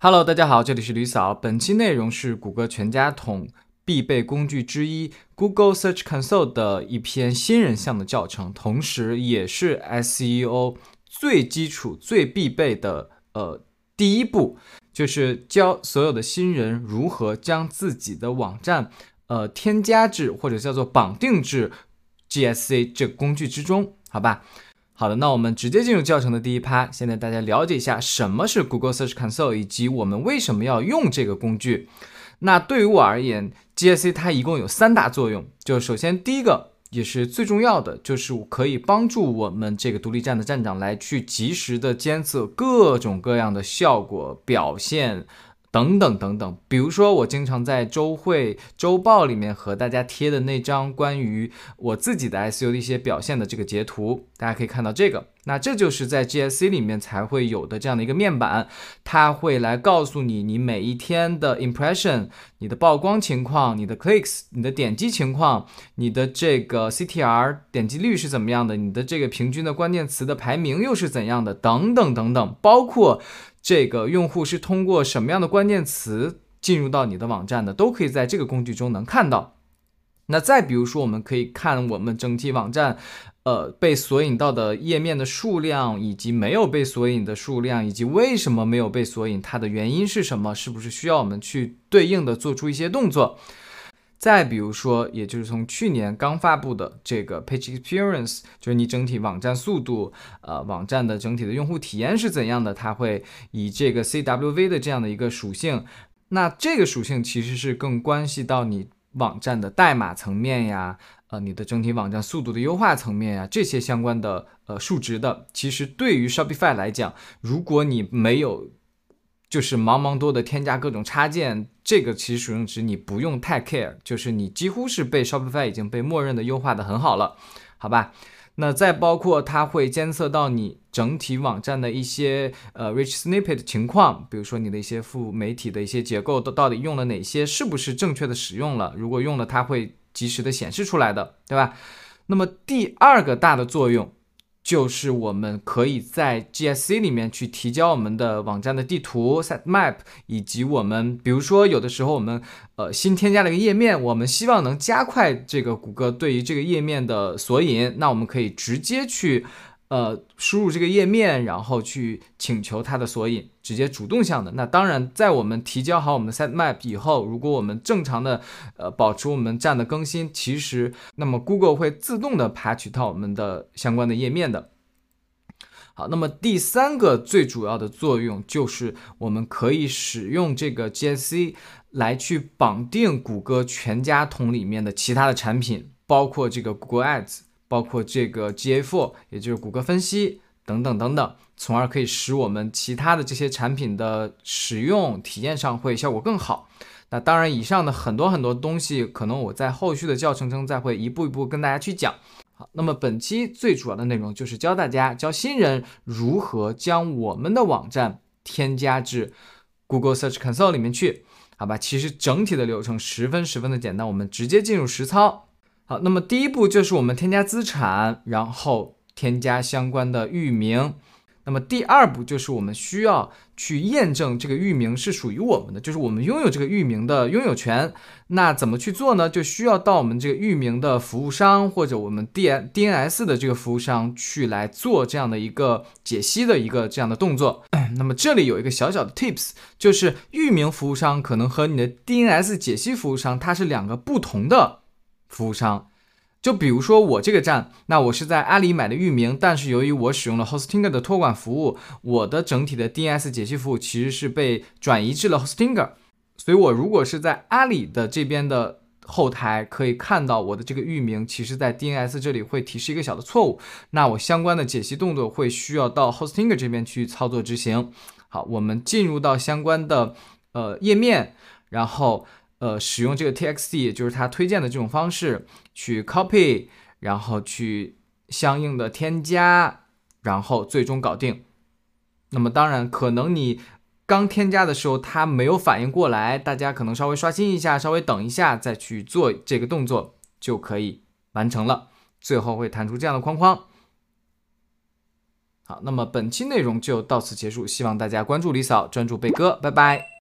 Hello， 大家好，这里是吕嫂。本期内容是谷歌全家桶必备工具之一 Google Search Console 的一篇新人向的教程，同时也是 SEO 最基础、最必备的第一步，就是教所有的新人如何将自己的网站添加至或者叫做绑定至 GSC 这个工具之中，好吧？好的，那我们直接进入教程的第一趴，先带大家了解一下什么是 Google Search Console 以及我们为什么要用这个工具。那对于我而言 GSC 它一共有3大作用，就首先第一个也是最重要的，就是可以帮助我们这个独立站的站长来去及时的监测各种各样的效果表现等等等等。比如说我经常在周会周报里面和大家贴的那张关于我自己的 SEO 的一些表现的这个截图，大家可以看到这个，那这就是在 GSC 里面才会有的这样的一个面板，它会来告诉你你每一天的 impression， 你的曝光情况，你的 clicks， 你的点击情况，你的这个 CTR 点击率是怎么样的，你的这个平均的关键词的排名又是怎样的，等等等等，包括这个用户是通过什么样的关键词进入到你的网站的，都可以在这个工具中能看到。那再比如说我们可以看我们整体网站被索引到的页面的数量，以及没有被索引的数量，以及为什么没有被索引，它的原因是什么，是不是需要我们去对应的做出一些动作。再比如说，也就是从去年刚发布的这个 Page Experience， 就是你整体网站速度，网站的整体的用户体验是怎样的，它会以这个 CWV 的这样的一个属性。那这个属性其实是更关系到你网站的代码层面呀，你的整体网站速度的优化层面呀，这些相关的数值的。其实对于 Shopify 来讲，如果你没有就是茫茫多的添加各种插件，这个其实属性值你不用太 care， 就是你几乎是被 Shopify 已经被默认的优化的很好了，好吧？那再包括它会监测到你整体网站的一些rich snippet 情况，比如说你的一些副媒体的一些结构到底用了哪些，是不是正确的使用了，如果用了它会及时的显示出来的，对吧？那么第二个大的作用就是我们可以在 GSC 里面去提交我们的网站的地图 sitemap， 以及我们比如说有的时候我们新添加了一个页面，我们希望能加快这个谷歌对于这个页面的索引，那我们可以直接去输入这个页面，然后去请求它的索引，直接主动向的。那当然在我们提交好我们的 sitemap 以后，如果我们正常的保持我们站的更新，其实那么 Google 会自动的爬取到我们的相关的页面的。好，那么第三个最主要的作用就是我们可以使用这个 GSC 来去绑定谷歌全家桶里面的其他的产品，包括这个 Google Ads， 包括这个 GA4， 也就是谷歌分析等等等等，从而可以使我们其他的这些产品的使用体验上会效果更好。那当然以上的很多很多东西可能我在后续的教程中再会一步一步跟大家去讲。好，那么本期最主要的内容就是教新人如何将我们的网站添加至 Google Search Console 里面去，好吧？其实整体的流程十分的简单，我们直接进入实操。好，那么第一步就是我们添加资产，然后添加相关的域名。那么第二步就是我们需要去验证这个域名是属于我们的，就是我们拥有这个域名的拥有权。那怎么去做呢？就需要到我们这个域名的服务商或者我们 DNS 的这个服务商去来做这样的一个解析的一个这样的动作。那么这里有一个小小的 tips， 就是域名服务商可能和你的 DNS 解析服务商它是两个不同的服务商。就比如说我这个站，那我是在阿里买的域名，但是由于我使用了 Hostinger 的托管服务，我的整体的 DNS 解析服务其实是被转移至了 Hostinger， 所以我如果是在阿里的这边的后台可以看到我的这个域名，其实在 DNS 这里会提示一个小的错误，那我相关的解析动作会需要到 Hostinger 这边去操作执行。好，我们进入到相关的页面，然后使用这个 TXT， 也就是它推荐的这种方式去 copy， 然后去相应的添加，然后最终搞定。那么当然可能你刚添加的时候它没有反应过来，大家可能稍微刷新一下，稍微等一下再去做这个动作就可以完成了，最后会弹出这样的框框。 好，那么本期内容就到此结束，希望大家关注李嫂，专注贝哥，拜拜。